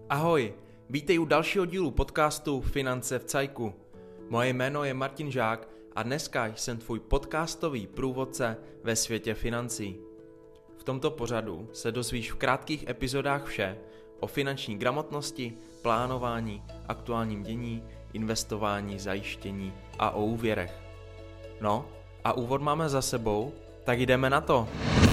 Ahoj, vítej u dalšího dílu podcastu Finance v Cajku. Moje jméno je Martin Žák a dneska jsem tvůj podcastový průvodce ve světě financí. V tomto pořadu se dozvíš v krátkých epizodách vše o finanční gramotnosti, plánování, aktuálním dění, investování, zajištění a o úvěrech. No a úvod máme za sebou, tak jdeme na to.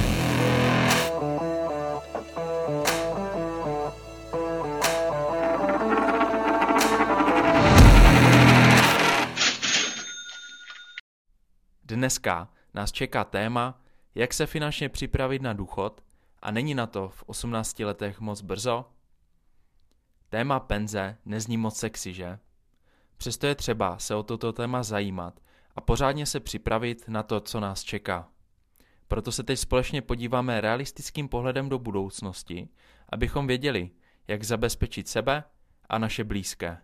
Dneska nás čeká téma, jak se finančně připravit na důchod a není na to v 18 letech moc brzo? Téma penze nezní moc sexy, že? Přesto je třeba se o toto téma zajímat a pořádně se připravit na to, co nás čeká. Proto se teď společně podíváme realistickým pohledem do budoucnosti, abychom věděli, jak zabezpečit sebe a naše blízké.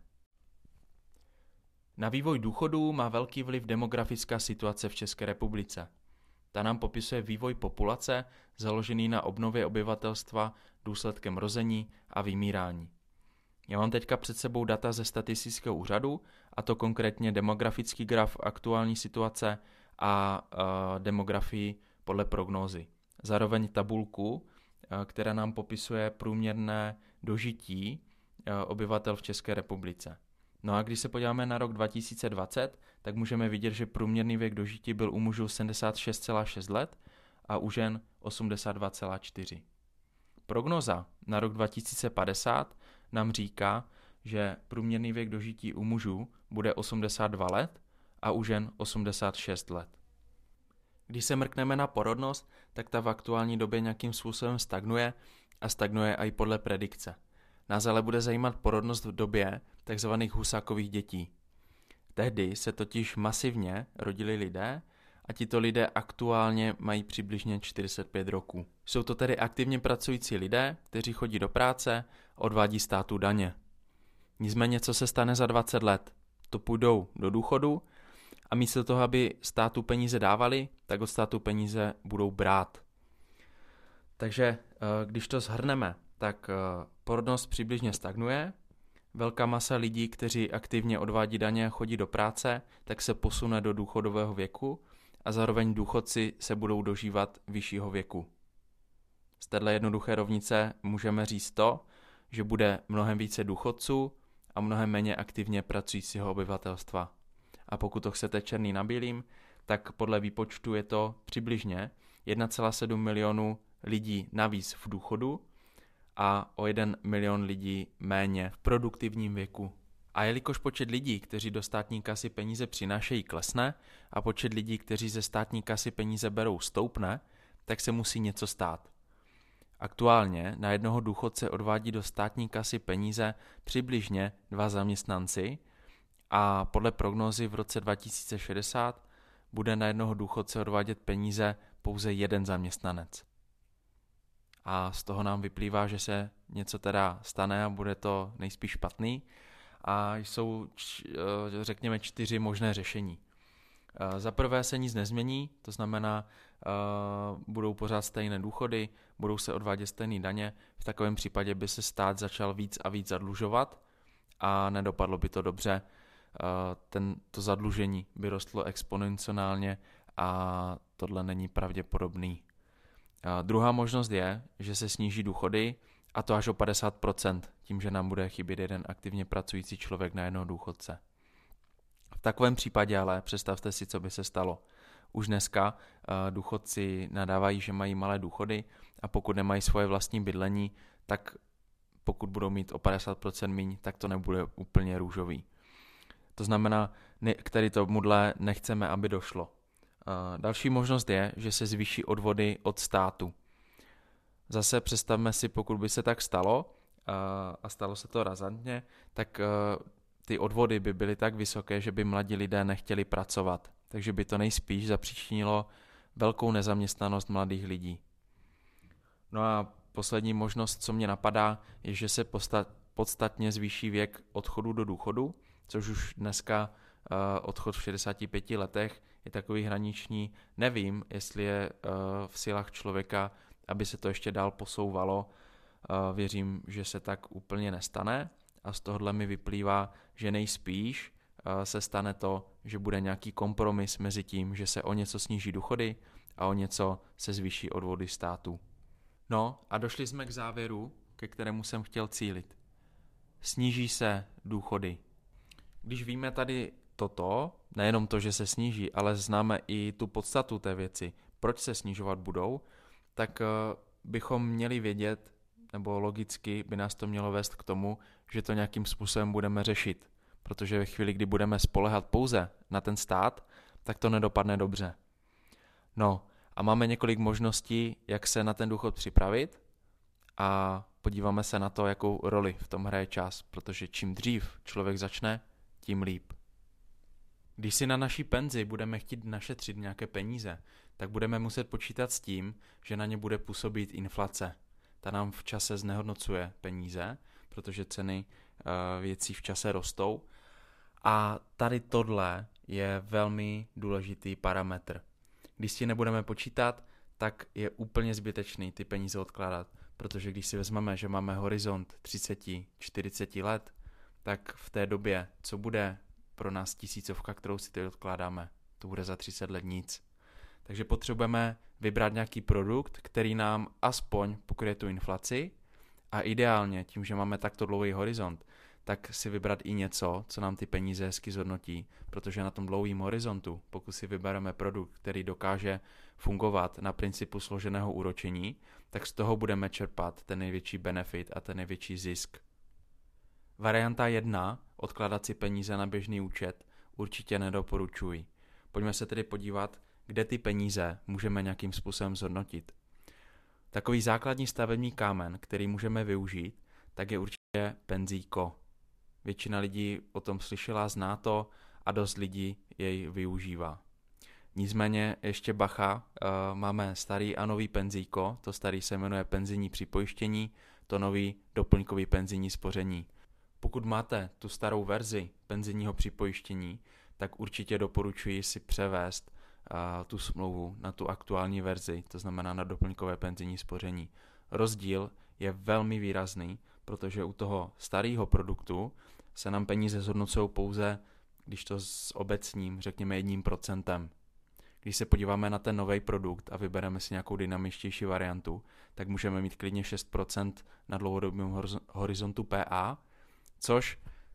Na vývoj důchodů má velký vliv demografická situace v České republice. Ta nám popisuje vývoj populace založený na obnově obyvatelstva důsledkem rození a vymírání. Já mám teďka před sebou data ze statistického úřadu, a to konkrétně demografický graf aktuální situace a demografii podle prognózy. Zároveň tabulku, která nám popisuje průměrné dožití obyvatel v České republice. No a když se podíváme na rok 2020, tak můžeme vidět, že průměrný věk dožití byl u mužů 76,6 let a u žen 82,4. Prognoza na rok 2050 nám říká, že průměrný věk dožití u mužů bude 82 let a u žen 86 let. Když se mrkneme na porodnost, tak ta v aktuální době nějakým způsobem stagnuje a stagnuje i podle predikce. Nás ale bude zajímat porodnost v době tzv. Husákových dětí. Tehdy se totiž masivně rodili lidé a tito lidé aktuálně mají přibližně 45 roků. Jsou to tedy aktivně pracující lidé, kteří chodí do práce, odvádí státu daně. Nicméně, co se stane za 20 let? To půjdou do důchodu a místo toho, aby státu peníze dávali, tak od státu peníze budou brát. Takže když to shrneme, tak porodnost přibližně stagnuje, velká masa lidí, kteří aktivně odvádí daně a chodí do práce, tak se posune do důchodového věku a zároveň důchodci se budou dožívat vyššího věku. Z této jednoduché rovnice můžeme říct to, že bude mnohem více důchodců a mnohem méně aktivně pracujícího obyvatelstva. A pokud to chcete černý na bílým, tak podle výpočtu je to přibližně 1,7 milionu lidí navíc v důchodu a o 1 milion lidí méně v produktivním věku. A jelikož počet lidí, kteří do státní kasy peníze přinášejí, klesne a počet lidí, kteří ze státní kasy peníze berou, stoupne, tak se musí něco stát. Aktuálně na jednoho důchodce odvádí do státní kasy peníze přibližně 2 zaměstnanci a podle prognózy v roce 2060 bude na jednoho důchodce odvádět peníze pouze 1 zaměstnanec. A z toho nám vyplývá, že se něco teda stane a bude to nejspíš špatný. A jsou, řekněme, 4 možné řešení. Za prvé se nic nezmění, to znamená, budou pořád stejné důchody, budou se odvádět stejné daně. V takovém případě by se stát začal víc a víc zadlužovat a nedopadlo by to dobře. To zadlužení by rostlo exponenciálně a tohle není pravděpodobný. Druhá možnost je, že se sníží důchody, a to až o 50%, tím, že nám bude chybět 1 aktivně pracující člověk na jednoho důchodce. V takovém případě ale představte si, co by se stalo. Už dneska důchodci nadávají, že mají malé důchody a pokud nemají svoje vlastní bydlení, tak pokud budou mít o 50% míň, tak to nebude úplně růžový. To znamená, který tomuhle nechceme, aby došlo. Další možnost je, že se zvýší odvody od státu. Zase představme si, pokud by se tak stalo, a stalo se to razantně, tak ty odvody by byly tak vysoké, že by mladí lidé nechtěli pracovat. Takže by to nejspíš zapříčinilo velkou nezaměstnanost mladých lidí. No a poslední možnost, co mě napadá, je, že se podstatně zvýší věk odchodu do důchodu, což už dneska odchod v 65 letech je takový hraniční. Nevím, jestli je v silách člověka, aby se to ještě dál posouvalo, věřím, že se tak úplně nestane a z tohohle mi vyplývá, že nejspíš se stane to, že bude nějaký kompromis mezi tím, že se o něco sníží důchody a o něco se zvýší odvody státu. No a došli jsme k závěru, ke kterému jsem chtěl cílit. Sníží se důchody. Když víme tady toto, nejenom to, že se sníží, ale známe i tu podstatu té věci, proč se snižovat budou, tak bychom měli vědět, nebo logicky by nás to mělo vést k tomu, že to nějakým způsobem budeme řešit. Protože ve chvíli, kdy budeme spoléhat pouze na ten stát, tak to nedopadne dobře. No a máme několik možností, jak se na ten důchod připravit a podíváme se na to, jakou roli v tom hraje čas, protože čím dřív člověk začne, tím líp. Když si na naší penzi budeme chtít našetřit nějaké peníze, tak budeme muset počítat s tím, že na ně bude působit inflace. Ta nám v čase znehodnocuje peníze, protože ceny věcí v čase rostou. A tady tohle je velmi důležitý parametr. Když si nebudeme počítat, tak je úplně zbytečný ty peníze odkládat, protože když si vezmeme, že máme horizont 30-40 let, tak v té době, co bude pro nás 1000, kterou si teď odkládáme, to bude za 30 let nic. Takže potřebujeme vybrat nějaký produkt, který nám aspoň pokryje tu inflaci a ideálně tím, že máme takto dlouhý horizont, tak si vybrat i něco, co nám ty peníze hezky zhodnotí, protože na tom dlouhém horizontu, pokud si vybereme produkt, který dokáže fungovat na principu složeného úročení, tak z toho budeme čerpat ten největší benefit a ten největší zisk. Varianta 1, odkládat si peníze na běžný účet, určitě nedoporučuji. Pojďme se tedy podívat, kde ty peníze můžeme nějakým způsobem zhodnotit. Takový základní stavební kámen, který můžeme využít, tak je určitě penzíko. Většina lidí o tom slyšela, zná to a dost lidí jej využívá. Nicméně ještě bacha, máme starý a nový penzíko, to starý se jmenuje penzijní připojištění, to nový doplňkový penzijní spoření. Pokud máte tu starou verzi penzijního připojištění, tak určitě doporučuji si převést tu smlouvu na tu aktuální verzi, to znamená na doplňkové penzijní spoření. Rozdíl je velmi výrazný, protože u toho starého produktu se nám peníze zhodnocují pouze, když to s obecním, řekněme 1%. Když se podíváme na ten nový produkt a vybereme si nějakou dynamičtější variantu, tak můžeme mít klidně 6% na dlouhodobém horizontu PA, což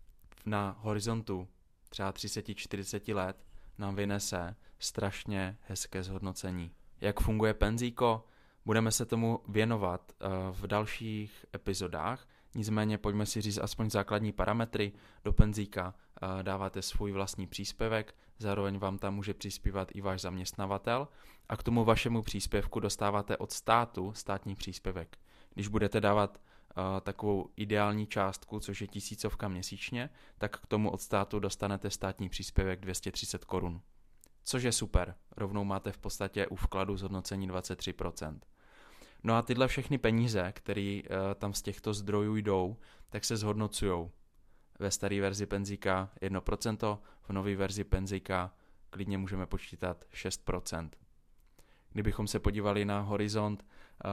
na horizontu třeba 30-40 let nám vynese strašně hezké zhodnocení. Jak funguje penzíko? Budeme se tomu věnovat v dalších epizodách, nicméně pojďme si říct aspoň základní parametry. Do penzíka dáváte svůj vlastní příspěvek, zároveň vám tam může přispívat i váš zaměstnavatel a k tomu vašemu příspěvku dostáváte od státu státní příspěvek. Když budete dávat takovou ideální částku, což je 1000 měsíčně, tak k tomu od státu dostanete státní příspěvek 230 korun. Což je super, rovnou máte v podstatě u vkladu zhodnocení 23%. No a tyhle všechny peníze, které tam z těchto zdrojů jdou, tak se zhodnocujou. Ve staré verzi penzíka 1%, v nové verzi penzíka klidně můžeme počítat 6%. Kdybychom se podívali na horizont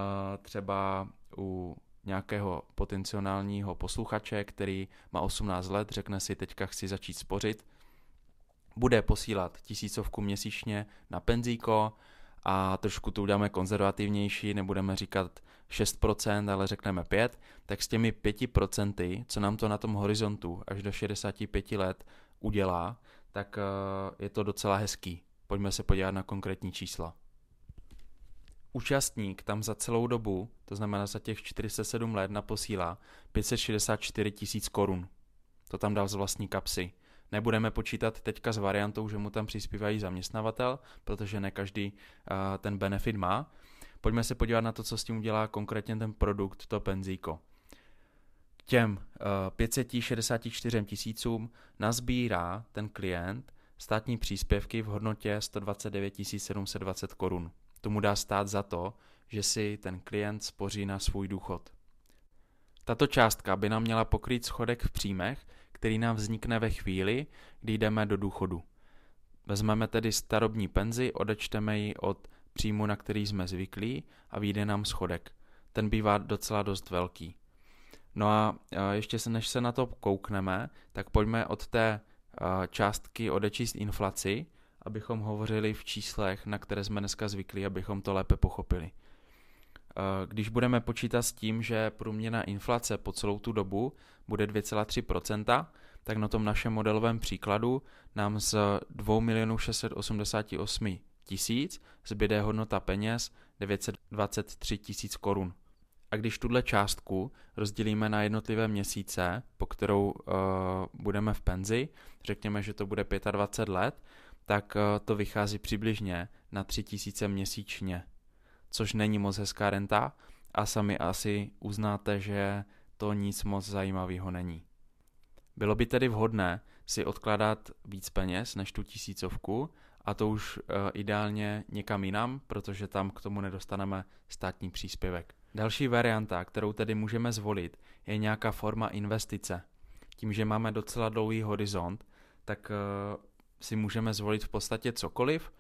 třeba u nějakého potenciálního posluchače, který má 18 let, řekne si teďka chci začít spořit, bude posílat 1000 měsíčně na penzíko a trošku to uděláme konzervativnější, nebudeme říkat 6%, ale řekneme 5%, tak s těmi 5%, co nám to na tom horizontu až do 65 let udělá, tak je to docela hezký. Pojďme se podívat na konkrétní čísla. Účastník tam za celou dobu, to znamená za těch 47 let, naposílá 564 000 korun. To tam dal z vlastní kapsy. Nebudeme počítat teďka s variantou, že mu tam přispívají zaměstnavatel, protože ne každý ten benefit má. Pojďme se podívat na to, co s tím udělá konkrétně ten produkt, to penzíko. K těm 564 000 nazbírá ten klient státní příspěvky v hodnotě 129 720 korun. Tomu dá stát za to, že si ten klient spoří na svůj důchod. Tato částka by nám měla pokrýt schodek v příjmech, který nám vznikne ve chvíli, kdy jdeme do důchodu. Vezmeme tedy starobní penzi, odečteme ji od příjmu, na který jsme zvyklí a vyjde nám schodek. ten bývá docela dost velký. No a ještě než se na to koukneme, tak pojďme od té částky odečíst inflaci, abychom hovořili v číslech, na které jsme dneska zvyklí, abychom to lépe pochopili. Když budeme počítat s tím, že průměrná inflace po celou tu dobu bude 2,3%, tak na tom našem modelovém příkladu nám z 2 688 000 zbyde hodnota peněz 923 000 korun. A když tuhle částku rozdělíme na jednotlivé měsíce, po kterou budeme v penzi, řekněme, že to bude 25 let, tak to vychází přibližně na 3 000 měsíčně, což není moc hezká renta a sami asi uznáte, že to nic moc zajímavého není. Bylo by tedy vhodné si odkládat víc peněz než tu 1000, a to už ideálně někam jinam, protože tam k tomu nedostaneme státní příspěvek. Další varianta, kterou tedy můžeme zvolit, je nějaká forma investice. Tím, že máme docela dlouhý horizont, tak si můžeme zvolit v podstatě cokoliv.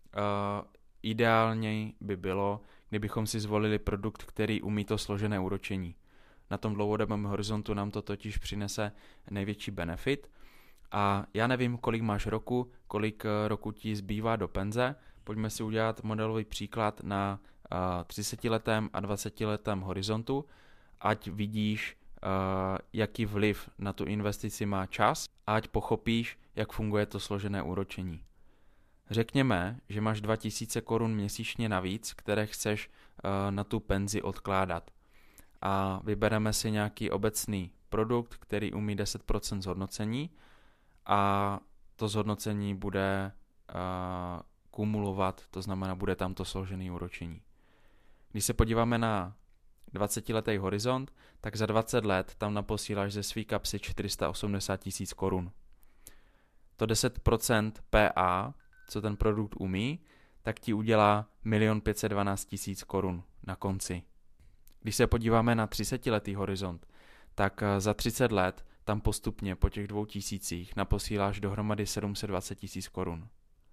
Ideálně by bylo, kdybychom si zvolili produkt, který umí to složené úročení. Na tom dlouhodobém horizontu nám to totiž přinese největší benefit. A já nevím, kolik máš roku, kolik roku ti zbývá do penze. Pojďme si udělat modelový příklad na 30letém a 20letém horizontu, ať vidíš, jaký vliv na tu investici má čas a ať pochopíš, jak funguje to složené úročení. Řekněme, že máš 2000 korun měsíčně navíc, které chceš na tu penzi odkládat. A vybereme si nějaký obecný produkt, který umí 10% zhodnocení a to zhodnocení bude kumulovat, to znamená, bude tam to složené úročení. Když se podíváme na 20letý horizont, tak za 20 let tam naposíláš ze svý kapsy 480 000 korun. To 10% PA, co ten produkt umí, tak ti udělá 1 512 000 korun na konci. Když se podíváme na 30letý horizont, tak za 30 let tam postupně po těch 2000 naposíláš dohromady 720 000 korun.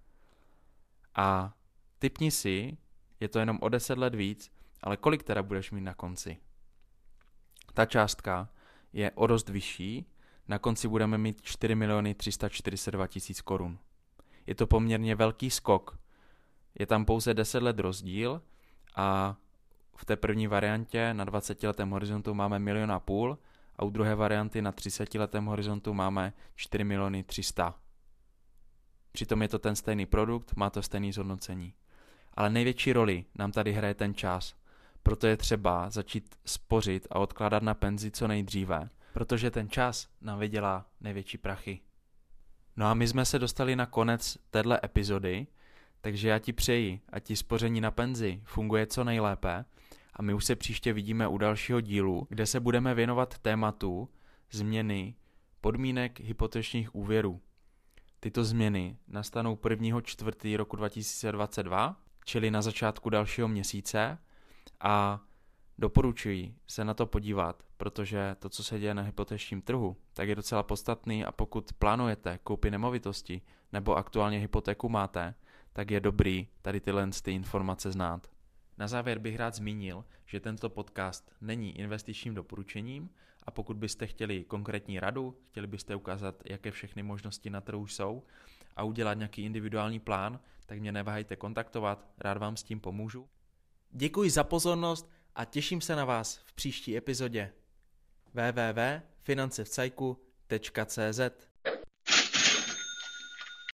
A tipni si, je to jenom o 10 let víc, ale kolik teda budeš mít na konci? Ta částka je o dost vyšší, na konci budeme mít 4 342 000 korun. Je to poměrně velký skok. Je tam pouze 10 let rozdíl a v té první variantě na 20letém horizontu máme 1,5 milionu a u druhé varianty na 30letém horizontu máme 4 300 000. Přitom je to ten stejný produkt, má to stejné zhodnocení. Ale největší roli nám tady hraje ten čas. Proto je třeba začít spořit a odkládat na penzi co nejdříve, protože ten čas nám vydělá největší prachy. No a my jsme se dostali na konec téhle epizody, takže já ti přeji, ať ti spoření na penzi funguje co nejlépe a my už se příště vidíme u dalšího dílu, kde se budeme věnovat tématu změny podmínek hypotečních úvěrů. Tyto změny nastanou 1.4. roku 2022, čili na začátku dalšího měsíce a doporučuji se na to podívat, protože to, co se děje na hypotečním trhu, tak je docela podstatný a pokud plánujete koupit nemovitosti nebo aktuálně hypotéku máte, tak je dobrý tady tyhle informace znát. Na závěr bych rád zmínil, že tento podcast není investičním doporučením a pokud byste chtěli konkrétní radu, chtěli byste ukázat, jaké všechny možnosti na trhu jsou a udělat nějaký individuální plán, tak mě neváhejte kontaktovat, rád vám s tím pomůžu. Děkuji za pozornost a těším se na vás v příští epizodě. www.financevcajku.cz